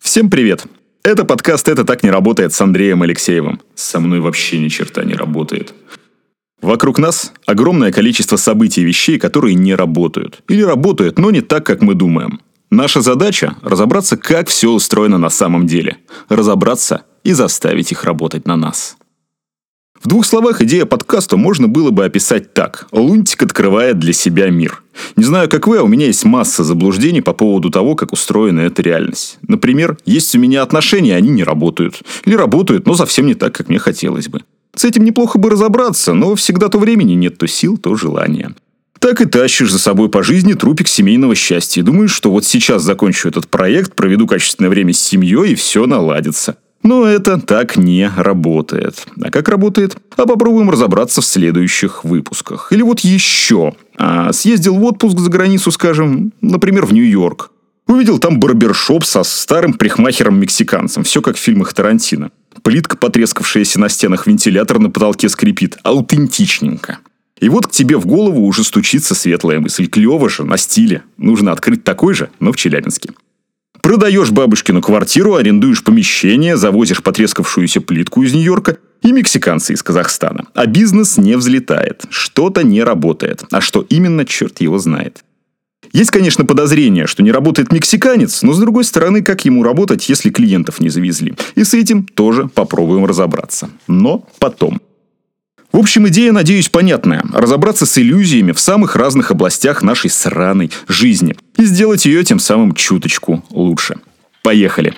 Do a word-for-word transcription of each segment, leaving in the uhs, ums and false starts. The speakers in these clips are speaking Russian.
Всем привет! Это подкаст «Это так не работает» с Андреем Алексеевым. Со мной вообще ни черта не работает. Вокруг нас огромное количество событий и вещей, которые не работают. Или работают, но не так, как мы думаем. Наша задача – разобраться, как все устроено на самом деле. Разобраться и заставить их работать на нас. В двух словах идея подкаста можно было бы описать так. Лунтик открывает для себя мир. Не знаю, как вы, а у меня есть масса заблуждений по поводу того, как устроена эта реальность. Например, есть у меня отношения, они не работают. Или работают, но совсем не так, как мне хотелось бы. С этим неплохо бы разобраться, но всегда то времени нет, то сил, то желания. Так и тащишь за собой по жизни трупик семейного счастья. И думаешь, что вот сейчас закончу этот проект, проведу качественное время с семьей, и все наладится. Но это так не работает. А как работает? А попробуем разобраться в следующих выпусках. Или вот еще. А, съездил в отпуск за границу, скажем, например, в Нью-Йорк. Увидел там барбершоп со старым парикмахером-мексиканцем. Все как в фильмах Тарантино. Плитка, потрескавшаяся на стенах, вентилятор на потолке скрипит. Аутентичненько. И вот к тебе в голову уже стучится светлая мысль. Клево же, на стиле. Нужно открыть такой же, но в Челябинске. Продаешь бабушкину квартиру, арендуешь помещение, завозишь потрескавшуюся плитку из Нью-Йорка и мексиканца из Казахстана. А бизнес не взлетает. Что-то не работает. А что именно, черт его знает. Есть, конечно, подозрение, что не работает мексиканец, но, с другой стороны, как ему работать, если клиентов не завезли? И с этим тоже попробуем разобраться. Но потом. В общем, идея, надеюсь, понятная. Разобраться с иллюзиями в самых разных областях нашей сраной жизни. И сделать ее тем самым чуточку лучше. Поехали!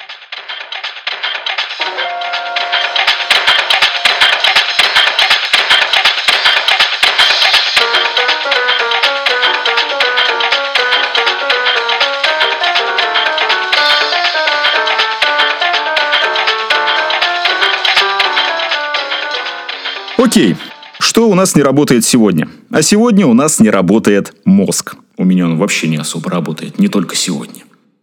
Окей, что у нас не работает сегодня? А сегодня у нас не работает мозг. У меня он вообще не особо работает, не только сегодня.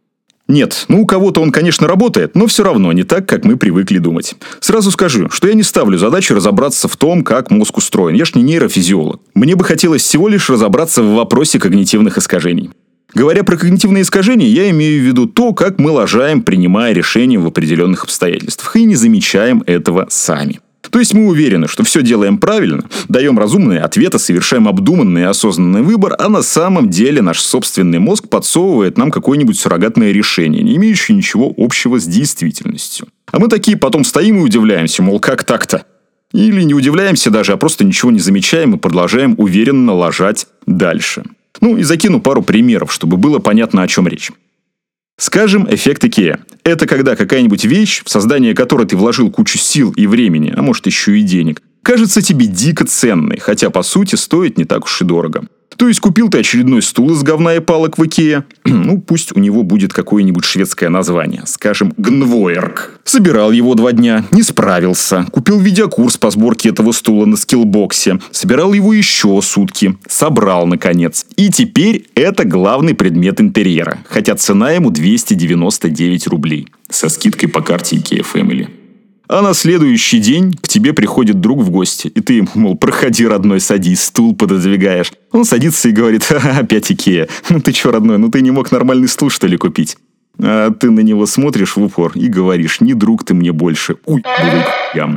Нет, ну у кого-то он, конечно, работает, но все равно не так, как мы привыкли думать. Сразу скажу, что я не ставлю задачу разобраться в том, как мозг устроен. Я ж не нейрофизиолог. Мне бы хотелось всего лишь разобраться в вопросе когнитивных искажений. Говоря про когнитивные искажения, я имею в виду то, как мы лажаем, принимая решения в определенных обстоятельствах, и не замечаем этого сами. То есть мы уверены, что все делаем правильно, даем разумные ответы, совершаем обдуманный и осознанный выбор, а на самом деле наш собственный мозг подсовывает нам какое-нибудь суррогатное решение, не имеющее ничего общего с действительностью. А мы такие потом стоим и удивляемся, мол, как так-то? Или не удивляемся даже, а просто ничего не замечаем и продолжаем уверенно лажать дальше. Ну и закину пару примеров, чтобы было понятно, о чем речь. Скажем, эффект Икеа. Это когда какая-нибудь вещь, в создание которой ты вложил кучу сил и времени, а может еще и денег, кажется тебе дико ценной, хотя по сути стоит не так уж и дорого. То есть купил ты очередной стул из говна и палок в Икеа, ну пусть у него будет какое-нибудь шведское название, скажем, Гнвоерк. Собирал его два дня, не справился, купил видеокурс по сборке этого стула на скиллбоксе, собирал его еще сутки, собрал наконец. И теперь это главный предмет интерьера, хотя цена ему двести девяносто девять рублей. Со скидкой по карте Икеа Family. А на следующий день к тебе приходит друг в гости, и ты, мол, проходи, родной, садись, стул пододвигаешь. Он садится и говорит: ха-ха, опять Икеа. Ну ты че, родной, ну ты не мог нормальный стул, что ли, купить? А ты на него смотришь в упор и говоришь: не друг ты мне больше, уй, друг, ям.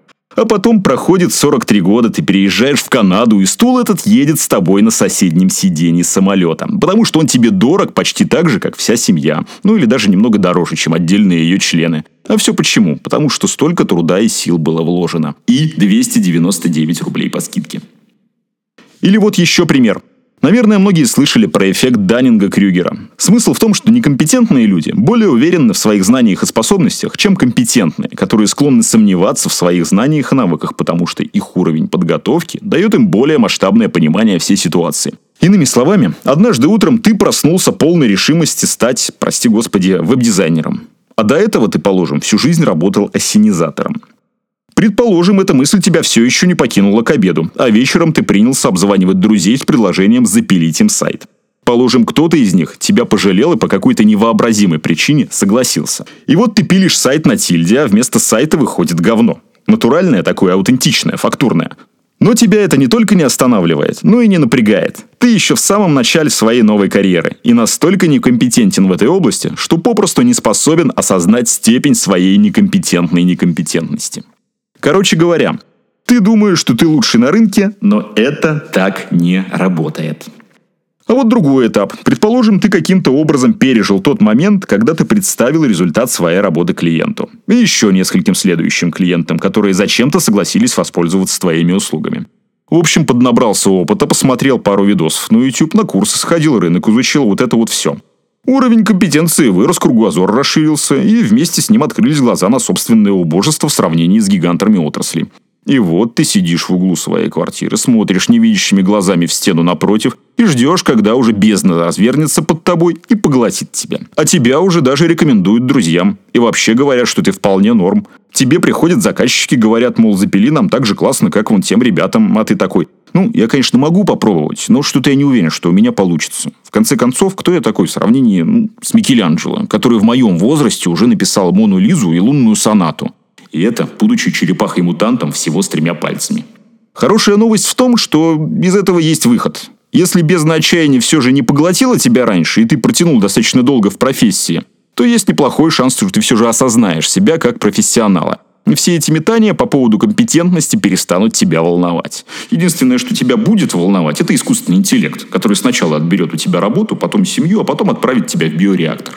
А потом проходит сорок три года, ты переезжаешь в Канаду, и стул этот едет с тобой на соседнем сиденье самолета. Потому что он тебе дорог почти так же, как вся семья. Ну или даже немного дороже, чем отдельные ее члены. А все почему? Потому что столько труда и сил было вложено. И двести девяносто девять рублей по скидке. Или вот еще пример. Наверное, многие слышали про эффект Даннинга-Крюгера. Смысл в том, что некомпетентные люди более уверены в своих знаниях и способностях, чем компетентные, которые склонны сомневаться в своих знаниях и навыках, потому что их уровень подготовки дает им более масштабное понимание всей ситуации. Иными словами, однажды утром ты проснулся полной решимости стать, прости господи, веб-дизайнером. А до этого ты, положим, всю жизнь работал ассенизатором. Предположим, эта мысль тебя все еще не покинула к обеду, а вечером ты принялся обзванивать друзей с предложением запилить им сайт. Положим, кто-то из них тебя пожалел и по какой-то невообразимой причине согласился. И вот ты пилишь сайт на тильде, а вместо сайта выходит говно. Натуральное такое, аутентичное, фактурное. Но тебя это не только не останавливает, но и не напрягает. Ты еще в самом начале своей новой карьеры и настолько некомпетентен в этой области, что попросту не способен осознать степень своей некомпетентной некомпетентности. Короче говоря, ты думаешь, что ты лучший на рынке, но это так не работает. А вот другой этап. Предположим, ты каким-то образом пережил тот момент, когда ты представил результат своей работы клиенту. И еще нескольким следующим клиентам, которые зачем-то согласились воспользоваться твоими услугами. В общем, поднабрался опыта, посмотрел пару видосов на YouTube, на курсы сходил, рынок изучил, вот это вот все. Уровень компетенции вырос, кругозор расширился, и вместе с ним открылись глаза на собственное убожество в сравнении с гигантами отрасли. И вот ты сидишь в углу своей квартиры, смотришь невидящими глазами в стену напротив и ждешь, когда уже бездна развернется под тобой и поглотит тебя. А тебя уже даже рекомендуют друзьям. И вообще говорят, что ты вполне норм. Тебе приходят заказчики, говорят, мол, запили нам так же классно, как вон тем ребятам. А ты такой: ну, я, конечно, могу попробовать, но что-то я не уверен, что у меня получится. В конце концов, кто я такой в сравнении ну, с Микеланджело, который в моем возрасте уже написал Мону Лизу и лунную сонату. И это, будучи черепахой-мутантом всего с тремя пальцами. Хорошая новость в том, что из этого есть выход. Если бездна отчаяния все же не поглотила тебя раньше, и ты протянул достаточно долго в профессии, то есть неплохой шанс, что ты все же осознаешь себя как профессионала. И все эти метания по поводу компетентности перестанут тебя волновать. Единственное, что тебя будет волновать, это искусственный интеллект, который сначала отберет у тебя работу, потом семью, а потом отправит тебя в биореактор.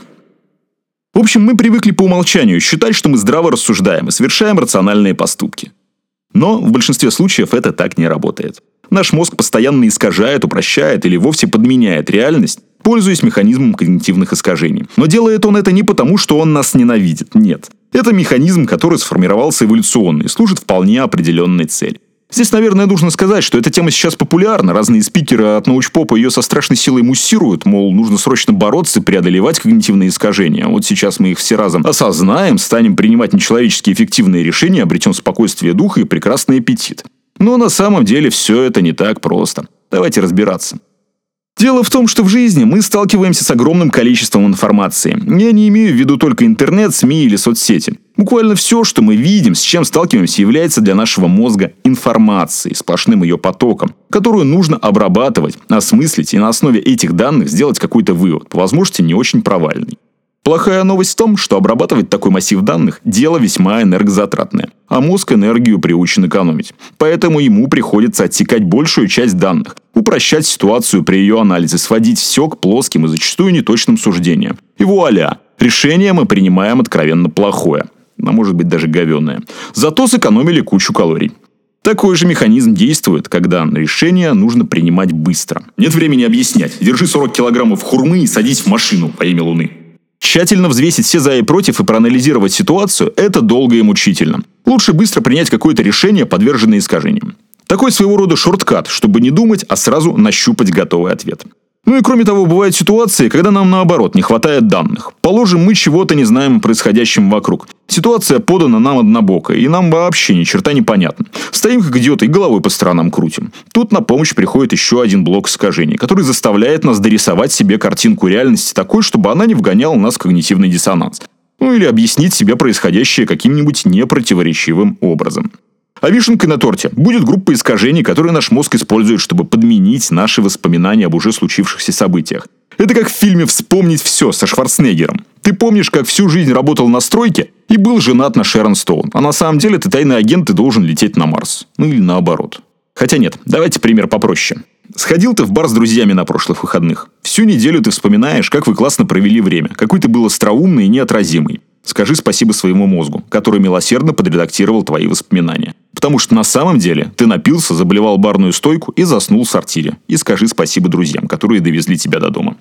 В общем, мы привыкли по умолчанию считать, что мы здраво рассуждаем и совершаем рациональные поступки. Но в большинстве случаев это так не работает. Наш мозг постоянно искажает, упрощает или вовсе подменяет реальность, пользуясь механизмом когнитивных искажений. Но делает он это не потому, что он нас ненавидит, нет. Это механизм, который сформировался эволюционно и служит вполне определенной цели. Здесь, наверное, нужно сказать, что эта тема сейчас популярна. Разные спикеры от научпопа ее со страшной силой муссируют, мол, нужно срочно бороться и преодолевать когнитивные искажения. Вот сейчас мы их все разом осознаем, станем принимать нечеловеческие эффективные решения, обретем спокойствие духа и прекрасный аппетит. Но на самом деле все это не так просто. Давайте разбираться. Дело в том, что в жизни мы сталкиваемся с огромным количеством информации. Я не имею в виду только интернет, СМИ или соцсети. Буквально все, что мы видим, с чем сталкиваемся, является для нашего мозга информацией, сплошным ее потоком, которую нужно обрабатывать, осмыслить и на основе этих данных сделать какой-то вывод, по возможности не очень провальный. Плохая новость в том, что обрабатывать такой массив данных – дело весьма энергозатратное, а мозг энергию приучен экономить. Поэтому ему приходится отсекать большую часть данных, упрощать ситуацию при ее анализе, сводить все к плоским и зачастую неточным суждениям. И вуаля! Решение мы принимаем откровенно плохое, а может быть даже говёное. Зато сэкономили кучу калорий. Такой же механизм действует, когда решение нужно принимать быстро. Нет времени объяснять. Держи сорок килограммов хурмы и садись в машину во имя Луны. Тщательно взвесить все за и против и проанализировать ситуацию – это долго и мучительно. Лучше быстро принять какое-то решение, подверженное искажениям. Такой своего рода шорткат, чтобы не думать, а сразу нащупать готовый ответ. Ну и кроме того, бывают ситуации, когда нам наоборот не хватает данных. Положим, мы чего-то не знаем о происходящем вокруг. Ситуация подана нам однобоко, и нам вообще ни черта не понятно. Стоим как идиоты и головой по сторонам крутим. Тут на помощь приходит еще один блок искажений, который заставляет нас дорисовать себе картинку реальности такой, чтобы она не вгоняла нас в когнитивный диссонанс. Ну или объяснить себе происходящее каким-нибудь непротиворечивым образом. А вишенкой на торте будет группа искажений, которые наш мозг использует, чтобы подменить наши воспоминания об уже случившихся событиях. Это как в фильме «Вспомнить все» со Шварценеггером. Ты помнишь, как всю жизнь работал на стройке и был женат на Шерон Стоун, а на самом деле ты тайный агент и должен лететь на Марс. Ну или наоборот. Хотя нет, давайте пример попроще. Сходил ты в бар с друзьями на прошлых выходных. Всю неделю ты вспоминаешь, как вы классно провели время, какой ты был остроумный и неотразимый. Скажи спасибо своему мозгу, который милосердно подредактировал твои воспоминания. Потому что на самом деле ты напился, заболевал барную стойку и заснул в сортире. И скажи спасибо друзьям, которые довезли тебя до дома.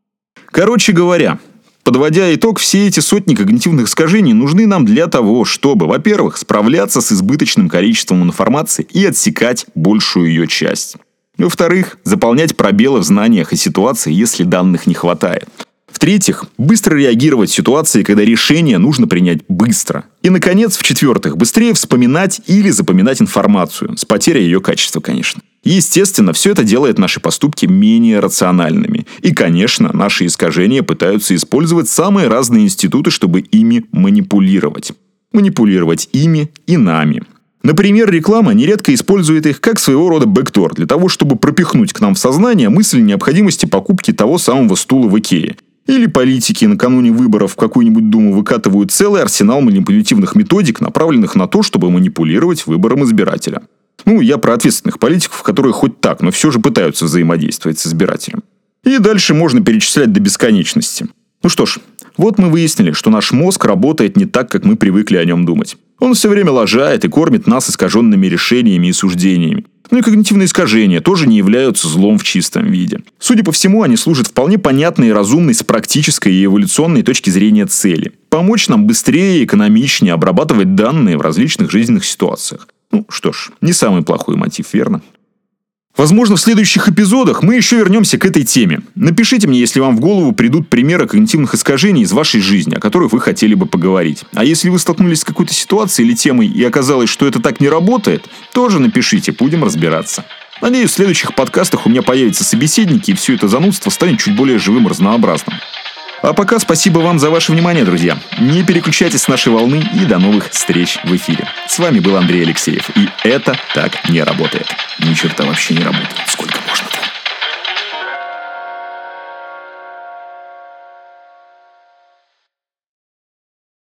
Короче говоря, подводя итог, все эти сотни когнитивных искажений нужны нам для того, чтобы, во-первых, справляться с избыточным количеством информации и отсекать большую ее часть. Во-вторых, заполнять пробелы в знаниях и ситуации, если данных не хватает. В-третьих, быстро реагировать в ситуации, когда решение нужно принять быстро. И, наконец, в-четвертых, быстрее вспоминать или запоминать информацию, с потерей ее качества, конечно. Естественно, все это делает наши поступки менее рациональными. И, конечно, наши искажения пытаются использовать самые разные институты, чтобы ими манипулировать. Манипулировать ими и нами. Например, реклама нередко использует их как своего рода бэкдор для того, чтобы пропихнуть к нам в сознание мысль необходимости покупки того самого стула в Икее. Или политики накануне выборов в какую-нибудь думу выкатывают целый арсенал манипулятивных методик, направленных на то, чтобы манипулировать выбором избирателя. Ну, я про ответственных политиков, которые хоть так, но все же пытаются взаимодействовать с избирателем. И дальше можно перечислять до бесконечности. Ну что ж, вот мы выяснили, что наш мозг работает не так, как мы привыкли о нем думать. Он все время лажает и кормит нас искаженными решениями и суждениями. Ну и когнитивные искажения тоже не являются злом в чистом виде. Судя по всему, они служат вполне понятной и разумной с практической и эволюционной точки зрения цели. Помочь нам быстрее и экономичнее обрабатывать данные в различных жизненных ситуациях. Ну что ж, не самый плохой мотив, верно? Возможно, в следующих эпизодах мы еще вернемся к этой теме. Напишите мне, если вам в голову придут примеры когнитивных искажений из вашей жизни, о которых вы хотели бы поговорить. А если вы столкнулись с какой-то ситуацией или темой и оказалось, что это так не работает, тоже напишите, будем разбираться. Надеюсь, в следующих подкастах у меня появятся собеседники, и все это занудство станет чуть более живым и разнообразным. А пока спасибо вам за ваше внимание, друзья. Не переключайтесь с нашей волны и до новых встреч в эфире. С вами был Андрей Алексеев, и это так не работает. Ни черта вообще не работает. Сколько